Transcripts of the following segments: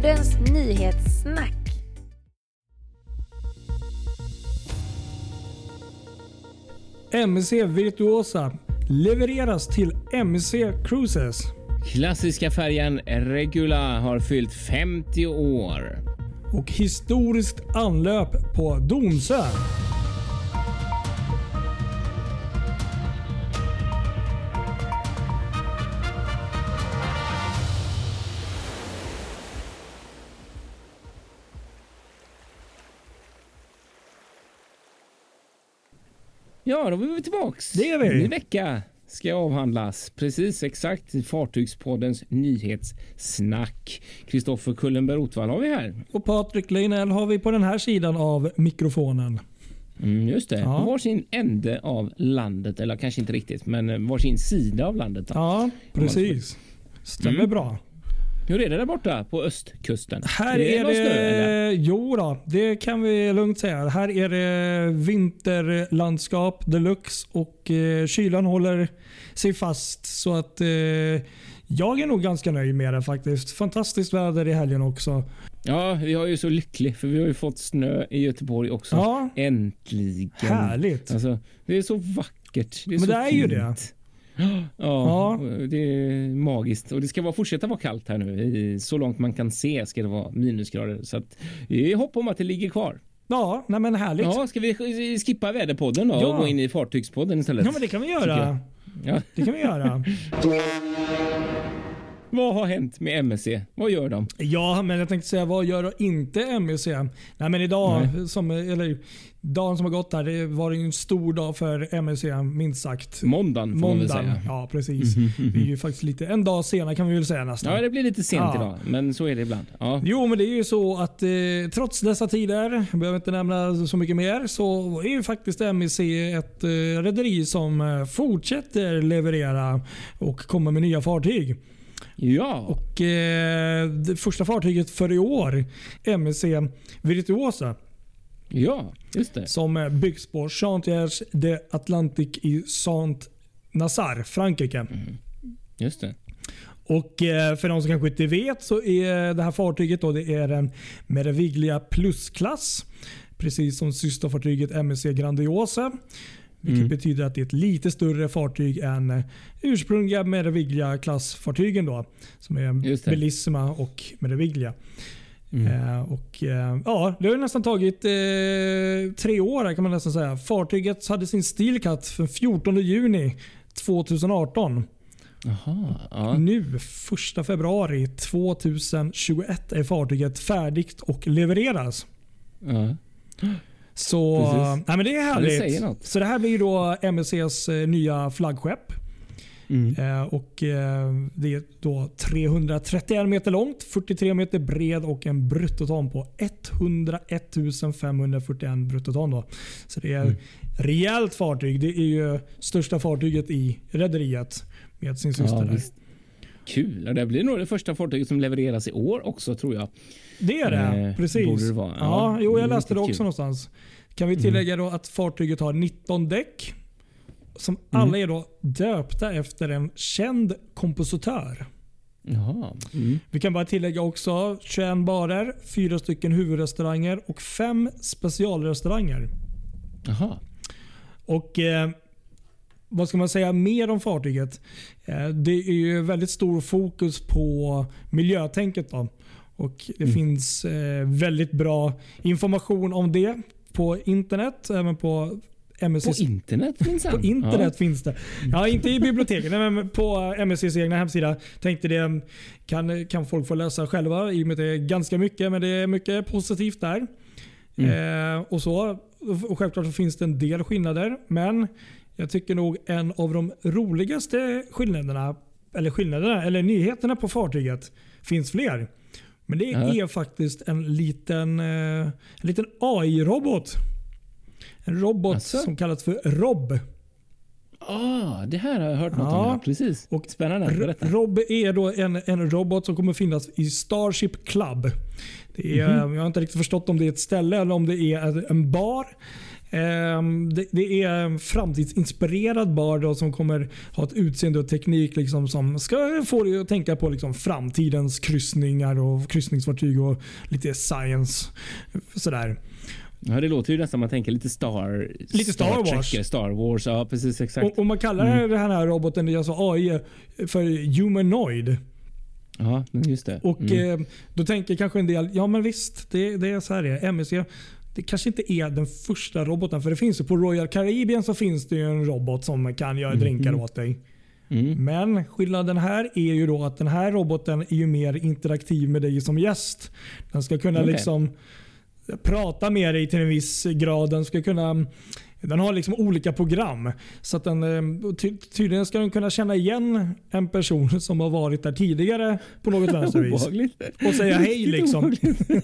Fartygspoddens nyhetssnack. MSC Virtuosa levereras till MSC Cruises. Klassiska färjan Regula har fyllt 50 år. Och historiskt anlöp på Donsö. Ja, då är vi tillbaks. Det är vi. Ny vecka ska avhandlas. Precis exakt i Fartygspoddens nyhetssnack. Kristoffer Kullenberg-Rotvall har vi här. Och Patrik Leinell har vi på den här sidan av mikrofonen. Just det. Ja. På varsin ände av landet. Eller kanske inte riktigt, men varsin sida av landet. Då. Ja, precis. Stämmer bra. Hur är det där borta på östkusten? Här är någon det... snö, eller? Jo då, det kan vi lugnt säga. Här är det vinterlandskap deluxe och kylan håller sig fast. Så att jag är nog ganska nöjd med det faktiskt. Fantastiskt väder i helgen också. Ja, vi har ju så lycklig för vi har ju fått snö i Göteborg också. Ja. Äntligen. Härligt. Alltså, det är så vackert. Det är Men så det är fint. ju det. Ja, det är magiskt. Och det ska fortsätta vara kallt här nu. Så långt man kan se ska det vara minusgrader. Så att, det är hopp om att det ligger kvar. Ja, nej men härligt. Ja, ska vi skippa väderpodden då och gå in i Fartygspodden istället? Ja, men det kan vi göra. Ja. Det kan vi göra. Vad har hänt med MSC? Vad gör de? Ja, men jag tänkte säga, vad gör då inte MSC? Nej, men idag, dagen som har gått här, det var en stor dag för MSC, minst sagt. Måndagen får man väl säga. Ja, precis. Vi är ju faktiskt lite en dag senare kan vi väl säga nästan. Ja, det blir lite sent idag, men så är det ibland. Ja. Jo, men det är ju så att trots dessa tider, jag behöver inte nämna så mycket mer, så är ju faktiskt MSC ett rederi som fortsätter leverera och komma med nya fartyg. Ja. Och det första fartyget för i år, MSC Virtuosa. Ja, just det. Som byggs på Chantiers de Atlantique i Saint-Nazaire, Frankrike. Just det. Och för de som kanske inte vet så är det här fartyget då, det är en Meraviglia Plus-klass. Precis som systerfartyget MSC Grandiosa. Vilket betyder att det är ett lite större fartyg än ursprungliga Meraviglia-klassfartygen då. Som är Bellissima och Meraviglia. Ja, det har nästan tagit 3 år kan man nästan säga. Fartyget hade sin steelcut för 14 juni 2018. Aha, ja. Nu 1 februari 2021 är fartyget färdigt och levereras. Ja. Så nej, men det är härligt. Det något. Så det här blir då MSCs nya flaggskepp. Och det är då 331 meter långt, 43 meter bred och en bruttoton på 101 541 bruttoton. Då. Så det är rejält fartyg. Det är ju största fartyget i rederiet med sin syster. Ja, kul. Det blir nog det första fartyget som levereras i år också, tror jag. Det är det, precis. Borde det vara. Ja, jag läste det också någonstans. Kan vi tillägga då att fartyget har 19 däck som alla är då döpta efter en känd kompositör. Jaha. Vi kan bara tillägga också 21 barer, 4 stycken huvudrestauranger och 5 specialrestauranger. Jaha. Och vad ska man säga mer om fartyget? Det är ju väldigt stor fokus på miljötänket då. Och det finns väldigt bra information om det på internet, även på MSCs... På internet finns det? På internet finns det. Ja, inte i biblioteket, men på MSCs egna hemsida. Tänkte det kan folk få läsa själva i och med att det är ganska mycket, men det är mycket positivt där. Och så. Och självklart så finns det en del skillnader, men jag tycker nog en av de roligaste eller nyheterna på fartyget finns fler. Men det är faktiskt en liten AI-robot. En robot som kallas för Rob. Det här har jag hört något om. Precis. Och spännande. Rob är då en robot som kommer finnas i Starship Club. Det är, jag har inte riktigt förstått om det är ett ställe eller om det är en bar. Det är en framtidsinspirerad bar då, som kommer ha ett utseende och teknik liksom, som ska få dig att tänka på liksom, framtidens kryssningar och kryssningsfartyg och lite science. Sådär. Ja, det låter ju nästan man tänker lite Star Wars. Star Wars, ja precis, exakt. Och man kallar den här roboten, alltså AI, för humanoid. Ja, just det. Och då tänker kanske en del, ja men visst, det är så här det är. MSC, det kanske inte är den första roboten, för det finns ju på Royal Caribbean så finns det ju en robot som kan göra drinkar åt dig. Men skillnaden här är ju då att den här roboten är ju mer interaktiv med dig som gäst. Den ska kunna liksom prata med dig till en viss grad. Den har liksom olika program. Så att tydligen ska den kunna känna igen en person som har varit där tidigare på något vänstervis. Och säga hej liksom.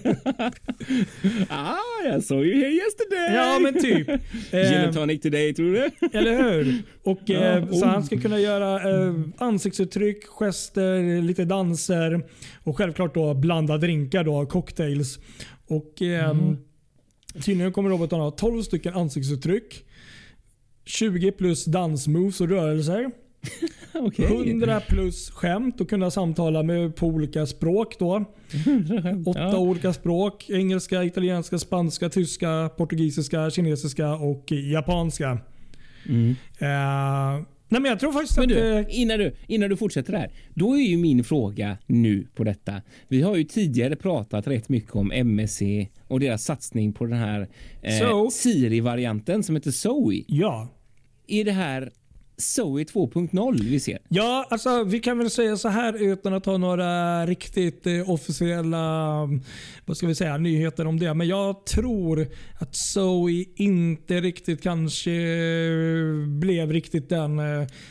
Jag såg ju here yesterday. Ja men typ. Gin and tonic today, tror du? Eller hur? Och så han ska kunna göra ansiktsuttryck, gester, lite danser och självklart då blanda drinkar då, cocktails. Och tydligen kommer roboten ha 12 stycken ansiktsuttryck, 20 plus dansmoves och rörelser. 100 plus skämt och kunna samtala med på olika språk då. 8 olika språk: engelska, italienska, spanska, tyska, portugisiska, kinesiska och japanska. Nej, men jag tror faktiskt men du, innan du fortsätter där, då är ju min fråga nu på detta. Vi har ju tidigare pratat rätt mycket om MSC och deras satsning på den här Siri-varianten som heter Zoe. Ja. Är det här Zoe 2.0 vi ser? Ja, alltså vi kan väl säga så här utan att ha några riktigt officiella, vad ska vi säga, nyheter om det. Men jag tror att Zoe inte riktigt kanske blev riktigt den,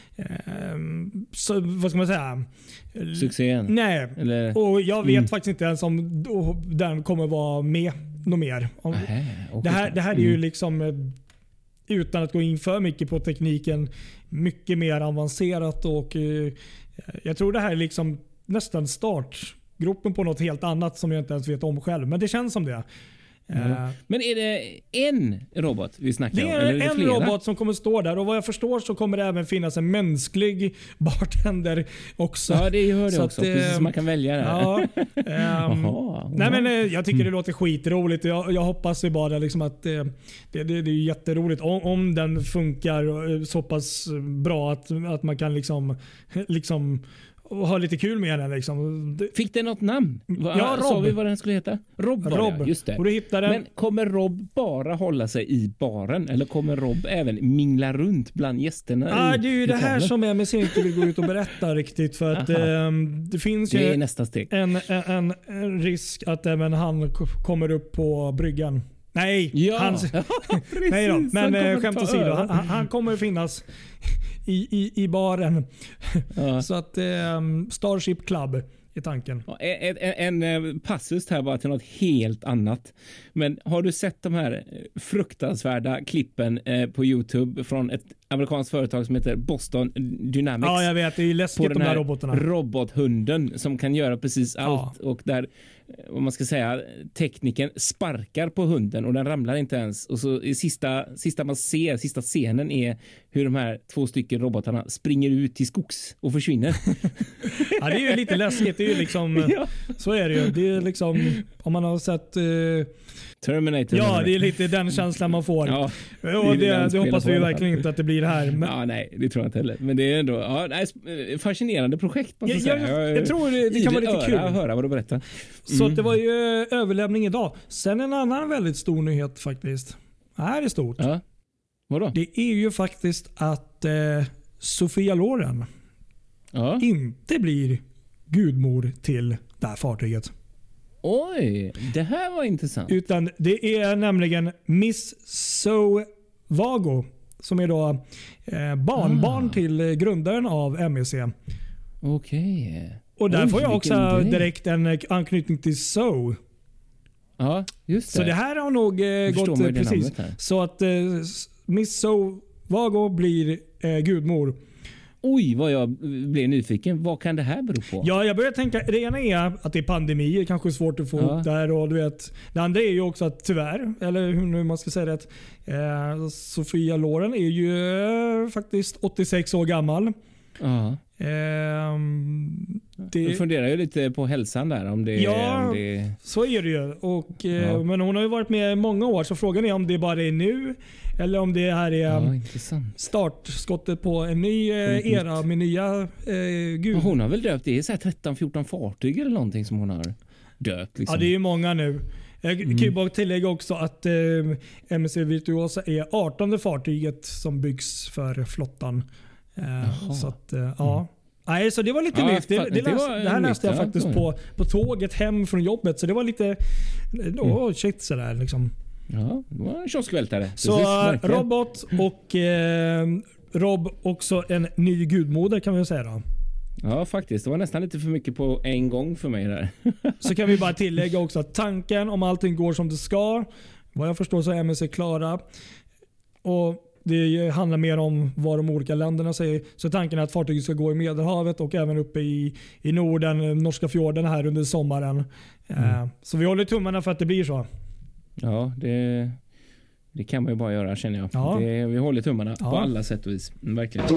vad ska man säga? Succén? Nej, eller? Och jag vet faktiskt inte ens om den kommer vara med något mer. Okay. Det här är ju liksom, utan att gå in för mycket på tekniken, mycket mer avancerat och jag tror det här är liksom nästan startgruppen på något helt annat som jag inte ens vet om själv. Men det känns som det. Men är det en robot vi snackar om? Det är en robot som kommer stå där och vad jag förstår så kommer det även finnas en mänsklig bartender också. Ja, det gör det också. Precis som man kan välja det. Ja, nej, men jag tycker det låter skitroligt. Jag hoppas ju bara liksom att det är jätteroligt om den funkar så pass bra att man kan liksom och ha lite kul med den liksom. Fick den något namn? Ja, Rob. Sa vi vad den skulle heta? Rob. Just det. Och du hittar den. Men kommer Rob bara hålla sig i baren eller kommer Rob även mingla runt bland gästerna? Det är ju det här som MSC inte vill gå ut och berätta riktigt för att det finns ju nästa steg. En risk att även han kommer upp på bryggan. Nej, nej då. Men skämt åsido, han kommer finnas i baren. Ja. Så att Starship Club i tanken. En passus här bara till något helt annat. Men har du sett de här fruktansvärda klippen på YouTube från ett amerikanskt företag som heter Boston Dynamics? Ja, jag vet. Det är läskigt de här robotarna. Robothunden som kan göra precis allt och där, vad man ska säga, tekniken sparkar på hunden och den ramlar inte ens. Och så i sista scenen är hur de här 2 stycken robotarna springer ut till skogs och försvinner. Ja, det är ju lite läskigt. Det är ju liksom, så är det ju. Det är liksom, om man har sett Terminator. Ja, det är lite den känslan man får. Ja, och det hoppas vi verkligen inte att det blir här. Men... Ja, nej, det tror jag inte heller. Men det är ändå fascinerande projekt. Jag tror det kan vara lite kul att höra vad du berättar. Så att det var ju överlämning idag. Sen en annan väldigt stor nyhet faktiskt. Det här är stort. Ja. Vadå? Det är ju faktiskt att Sofia Loren inte blir gudmor till det här fartyget. Oj, det här var intressant. Utan det är nämligen Miss Sovago som är då barnbarn till grundaren av MSC. Okej. Och där får jag också direkt en anknytning till So. Ja, just det. Så det här har nog gått precis. Så att Miss Sovago blir gudmor. Oj, vad jag blev nyfiken. Vad kan det här bero på? Ja, jag börjar tänka. Det ena är att det är pandemi. Det kanske är svårt att få ihop där. Och du vet, det andra är ju också att tyvärr, eller hur nu man ska säga det, Sofia Loren är ju faktiskt 86 år gammal. Ja. Jag funderar ju lite på hälsan där. Om det, så är det ju. Och, men hon har ju varit med i många år, så frågan är om det bara är nu eller om det här är startskottet på en ny era med nya gud. Hon har väl döpt, det är så här 13-14 fartyg eller någonting som hon har döpt. Liksom. Ja, det är ju många nu. Jag kan ju bara tillägga också att MSC Virtuosa är 18:e fartyget som byggs för flottan. Så att, Nej, så det var lite nytt. Det här läste jag faktiskt på tåget hem från jobbet. Så det var lite shit sådär liksom. Ja, det var en kioskvältare. Så robot och Rob också en ny gudmoder kan vi säga då. Ja, faktiskt. Det var nästan lite för mycket på en gång för mig där. Så kan vi bara tillägga också att tanken om allting går som det ska. Vad jag förstår så är MSC klara. Och det handlar mer om vad de olika länderna säger. Så tanken är att fartyget ska gå i Medelhavet och även uppe i Norden, norska fjorden här under sommaren. Så vi håller tummarna för att det blir så. Ja, det kan man ju bara göra känner jag. Ja. Vi håller tummarna på alla sätt och vis. Verkligen.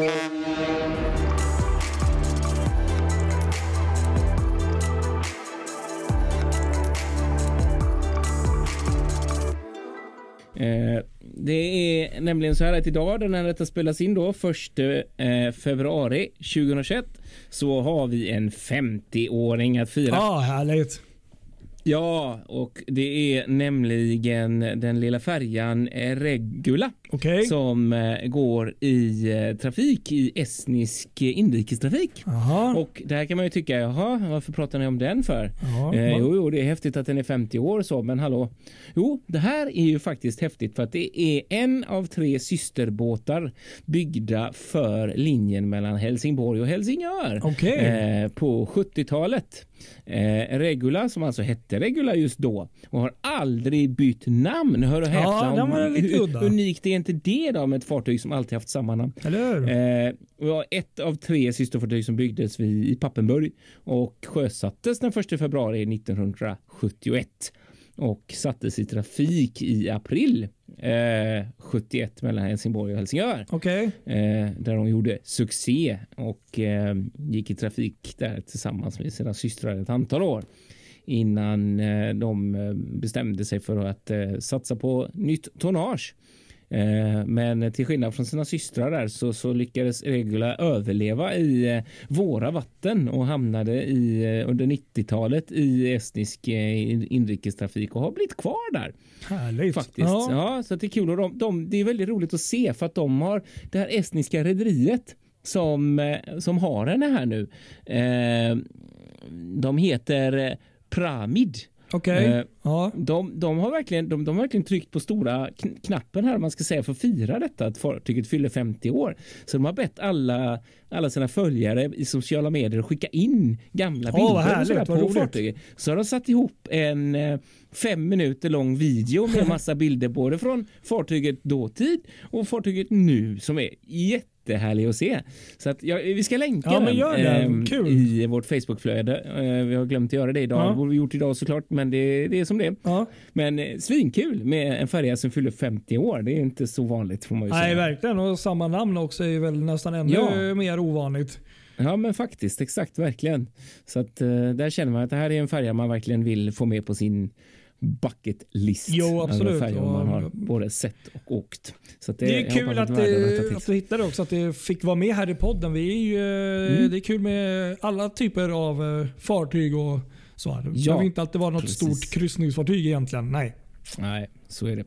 Det är nämligen så här att idag, när detta spelas in då, 1 februari 2021, så har vi en 50-åring att fira. Ja, härligt. Ja, och det är nämligen den lilla färjan Regula som går i trafik i estnisk inrikestrafik. Aha. Och där kan man ju tycka, varför pratar ni om den för? Jo, det är häftigt att den är 50 år så, men hallå. Jo, det här är ju faktiskt häftigt för att det är en av 3 systerbåtar byggda för linjen mellan Helsingborg och Helsingör på 70-talet. Regula, som alltså hette Regula just då och har aldrig bytt namn. Hör och häpna, hur unikt är inte det då med ett fartyg som alltid haft samma namn? Vi har ett av 3 systerfartyg som byggdes i Pappenburg och sjösattes den 1 februari 1971 och sattes i trafik i april 71 mellan Helsingborg och Helsingör. Där de gjorde succé och gick i trafik där tillsammans med sina systrar ett antal år innan de bestämde sig för att satsa på nytt tonnage. Men till skillnad från sina systrar där så lyckades Regula överleva i våra vatten och hamnade under 90-talet i estnisk inrikestrafik och har blivit kvar där. Härligt. Faktiskt. Ja, så det är kul. Och det är väldigt roligt att se för att de har det här estniska rederiet som har henne här nu. De heter Pramid. De har verkligen tryckt på stora knappen här, man ska säga, för att fira detta att fartyget fyller 50 år. Så de har bett alla sina följare i sociala medier att skicka in gamla bilder på fartyget. Så har de satt ihop en 5 minuter lång video med massa bilder både från fartyget dåtid och fartyget nu som är jättehärlig att se. Så att vi ska länka den i vårt Facebookflöde. Vi har glömt att göra det idag. Det borde vi gjort idag såklart, men det är som det. Men svinkul med en färja som fyller 50 år. Det är inte så vanligt får man ju säga. Nej, verkligen. Och samma namn också är väl nästan ännu mer ovanligt. Ja, men faktiskt. Exakt, verkligen. Så att där känner man att det här är en färja man verkligen vill få med på sin bucket list. Jo, absolut. Man har både sett och åkt. Så det är kul att du hittade också att det fick vara med här i podden. Det är kul med alla typer av fartyg och så. Det behöver inte alltid vara något stort kryssningsfartyg egentligen. Nej, så är det.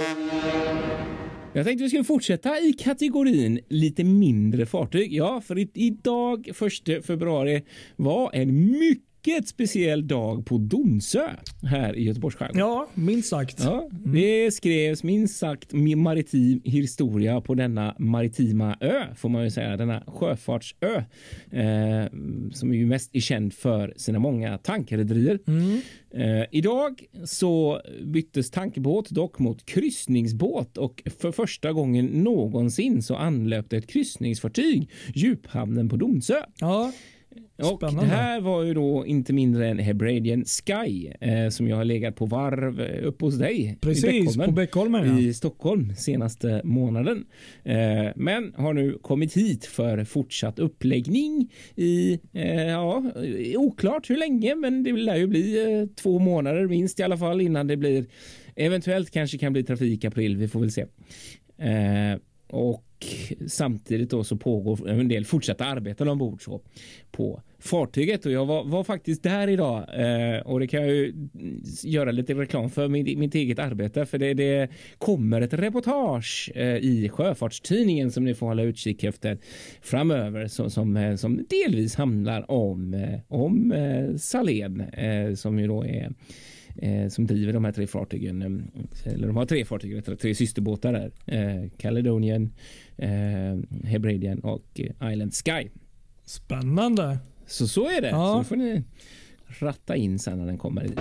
Jag tänkte vi skulle fortsätta i kategorin lite mindre fartyg. Ja, för idag 1 februari var en mycket speciell dag på Donsö här i Göteborgs skärgård. Ja, minst sagt. Ja, det skrevs minst sagt maritim historia på denna maritima ö, får man ju säga, denna sjöfartsö som är ju mest är känd för sina många tankrederier. Idag så byttes tankbåt dock mot kryssningsbåt och för första gången någonsin så anlöpte ett kryssningsfartyg djuphamnen på Donsö. Ja. Och det här var ju då inte mindre än Hebridean Sky som jag har legat på varv uppe hos dig. Precis, på Beckholmen i Stockholm senaste månaden. Men har nu kommit hit för fortsatt uppläggning i oklart hur länge, men det lär ju bli 2 månader minst i alla fall innan det blir, eventuellt kanske kan bli trafik i april, vi får väl se. Och samtidigt då så pågår en del fortsatta arbeten ombord så på fartyget, och jag var faktiskt där idag och det kan jag ju göra lite reklam för mitt eget arbete, för det kommer ett reportage i Sjöfartstidningen som ni får hålla utkik efter framöver som delvis handlar om Salén som ju då är som driver de här 3 fartygen, eller de har 3 fartyg, 3 systerbåtar där, Caledonian, Hebridean och Island Sky. Spännande. Så är det. Ja. Så får ni ratta in sen när den kommer hit.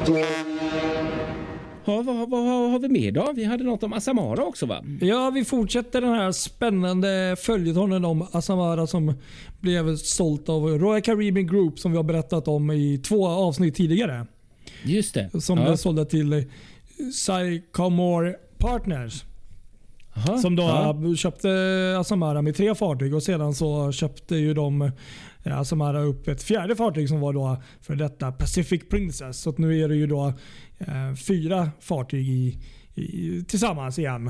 Vad har vi med då? Vi hade något om Asamara också, va? Ja, vi fortsätter den här spännande följetongen om Asamara som blev sålt av Royal Caribbean Group som vi har berättat om i 2 avsnitt tidigare. Just det. Som sålde till Sycamore Partners. Aha, som då köpte Asamara med 3 fartyg och sedan så köpte ju de Asamara upp ett 4:e fartyg som var då för detta Pacific Princess. Så att nu är det ju då 4 fartyg tillsammans igen.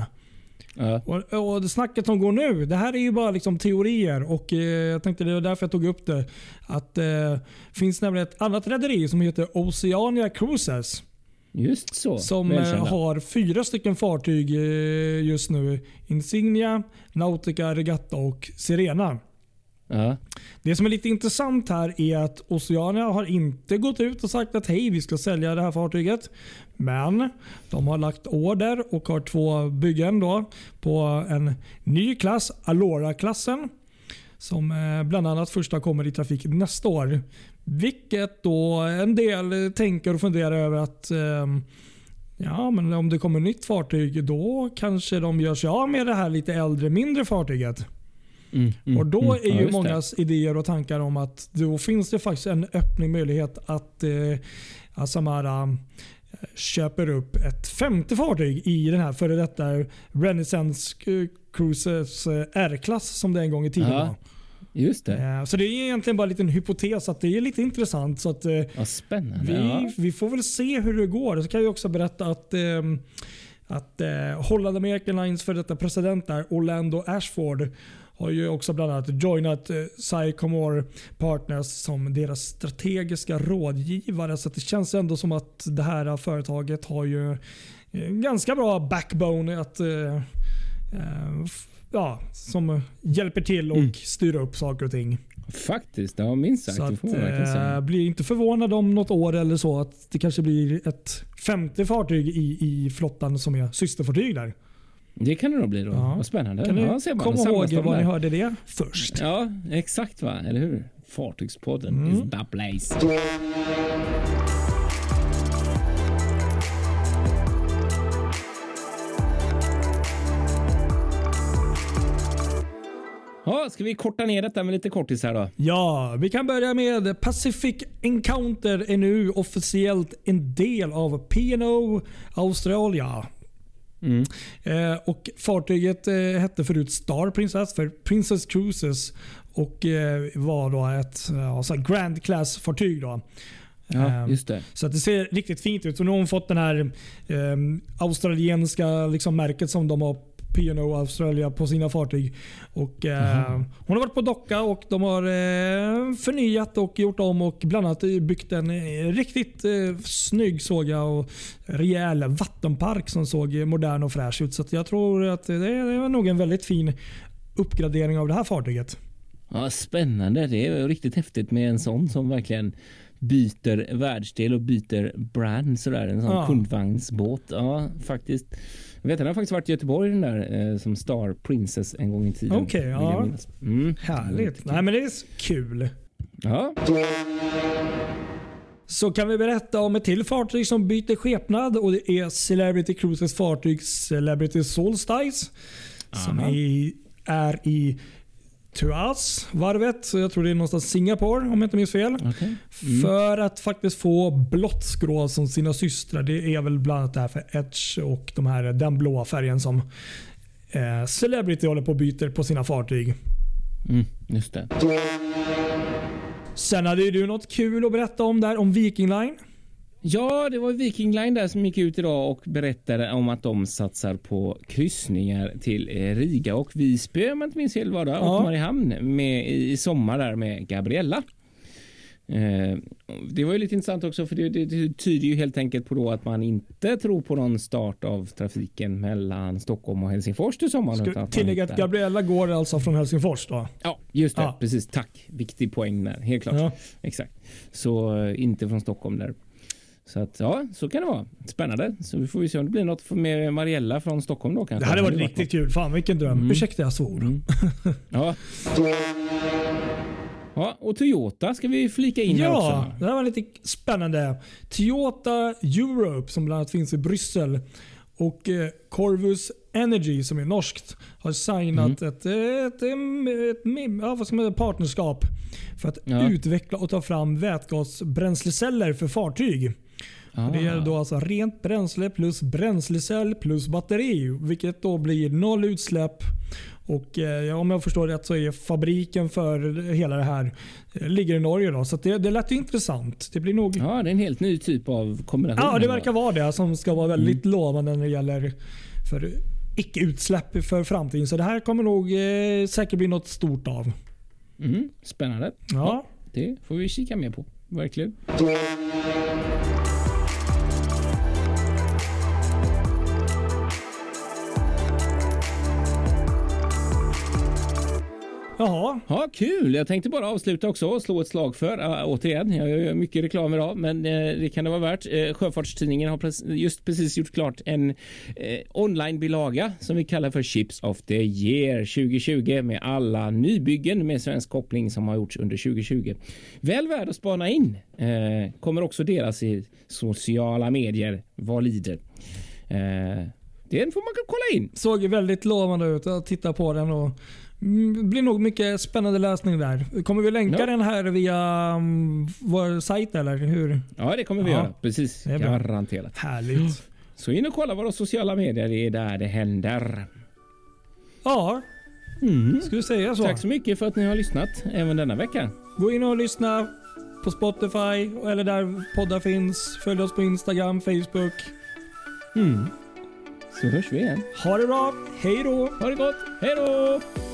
Och det snacket som går nu, det här är ju bara liksom teorier och jag tänkte det var därför jag tog upp det. Att finns nämligen ett annat rederi som heter Oceania Cruises. Just så. Som har 4 stycken fartyg just nu. Insignia, Nautica, Regatta och Sirena. Det som är lite intressant här är att Oceania har inte gått ut och sagt att hej, vi ska sälja det här fartyget. Men de har lagt order och har 2 byggen då på en ny klass, Allura-klassen. Som bland annat första kommer i trafik nästa år. Vilket då en del tänker och funderar över att men om det kommer nytt fartyg då kanske de gör sig av med det här lite äldre, mindre fartyget. Och då är ju mångas idéer och tankar om att då finns det faktiskt en öppning möjlighet att Asamara köper upp ett 5:e fartyg i den här före detta Renaissance Cruises R-klass som det en gång i tiden var. Just det. Så det är egentligen bara en liten hypotes att det är lite intressant. Så att, spännande. Vi får väl se hur det går. Så kan jag också berätta att Holland American Lines för detta president där, Orlando Ashford, har ju också bland annat joinat Sycamore Partners som deras strategiska rådgivare. Så att det känns ändå som att det här företaget har ju ganska bra backbone att som hjälper till och styra upp saker och ting. Faktiskt, ja, minst sagt. Så att, blir inte förvånad om något år eller så att det kanske blir ett 5:e fartyg i flottan som är systerfartyg där. Det kan det nog bli då. Ja. Vad spännande. Kan ni komma ihåg var ni hörde det först? Ja, exakt, va? Eller hur? Fartygspodden is the place. Ja, ska vi korta ner detta med lite kortis här då? Ja, vi kan börja med Pacific Encounter är nu officiellt en del av P&O Australia. Och fartyget hette förut Star Princess för Princess Cruises och var då ett Grand Class fartyg då. Ja, just det. Så att det ser riktigt fint ut. Så nu har hon fått den här australienska liksom märket som de har P&O Australia på sina fartyg. Och, hon har varit på docka och de har förnyat och gjort om och bland annat byggt en riktigt snygg såga och rejäl vattenpark som såg modern och fräsch ut. Så att jag tror att det är nog en väldigt fin uppgradering av det här fartyget. Ja, spännande. Det är riktigt häftigt med en sån som verkligen byter världsdel och byter brand sådär, en sån kundvagnsbåt. Ja, faktiskt. Jag vet att den har faktiskt varit i Göteborg, den där som Star Princess en gång i tiden. Okej, ja. Härligt. Nej, men det är kul. Ja. Så kan vi berätta om ett till fartyg som byter skepnad, och det är Celebrity Cruises fartyg Celebrity Solstice som är i Tuas-varvet, så jag tror det är någonstans Singapore om jag inte minns fel. Okay. För att faktiskt få blått skrov som sina systrar. Det är väl bland annat det här för Edge och den blåa färgen som Celebrity håller på och byter på sina fartyg. Just det. Sen hade du något kul att berätta om där, om Viking Line. Ja, det var Viking Line där som gick ut idag och berättade om att de satsar på kryssningar till Riga och Visby, om man inte minns helt vad det, och Mariehamn i sommar där med Gabriella. Det var ju lite intressant också, för det tyder ju helt enkelt på då att man inte tror på någon start av trafiken mellan Stockholm och Helsingfors till sommaren. Ska tillägga att Gabriella går alltså från Helsingfors då? Ja, just det. Precis, tack. Viktig poäng där, helt klart. Ja. Exakt. Så inte från Stockholm där. Så att, så kan det vara. Spännande. Så vi får ju se om det blir något med Mariella från Stockholm då kanske. Det hade varit riktigt kul. Fan, vilken dröm. Ursäkta, jag svor. Ja. Ja, och Toyota ska vi flika in här också. Ja, det här var lite spännande. Toyota Europe som bland annat finns i Bryssel och Corvus Energy som är norskt har signat ett partnerskap för att utveckla och ta fram vätgasbränsleceller för fartyg. Det är då alltså rent bränsle plus bränslecell plus batteri, vilket då blir 0 utsläpp. Och om jag förstår rätt så är fabriken för hela det här ligger i Norge då, så det lät ju intressant. Det blir nog... Ja, det är en helt ny typ av kombination. Ja, det verkar vara det som ska vara väldigt lovande när det gäller för icke-utsläpp för framtiden. Så det här kommer nog säkert bli något stort av. Spännande. Ja. Det får vi kika mer på. Verkligen. Jaha. Ja, kul. Jag tänkte bara avsluta också och slå ett slag för, återigen, jag gör mycket reklam idag, men det kan det vara värt. Sjöfartstidningen har just precis gjort klart en online-bilaga som vi kallar för Ships of the Year 2020 med alla nybyggen med svensk koppling som har gjorts under 2020. Väl värd att spana in. Kommer också delas i sociala medier. Vad lider? Den får man kolla in. Såg väldigt lovande ut att titta på den och det blir nog mycket spännande läsning där. Kommer vi länka den här via vår sajt eller hur? Ja, det kommer vi göra. Precis. Garanterat. Härligt. Så in och kolla våra sociala medier. Det är där det händer. Ja. Ska vi säga så? Tack så mycket för att ni har lyssnat även denna vecka. Gå in och lyssna på Spotify eller där poddar finns. Följ oss på Instagram, Facebook. Så hörs vi igen. Ha det bra. Hej då. Ha det gott. Hej då.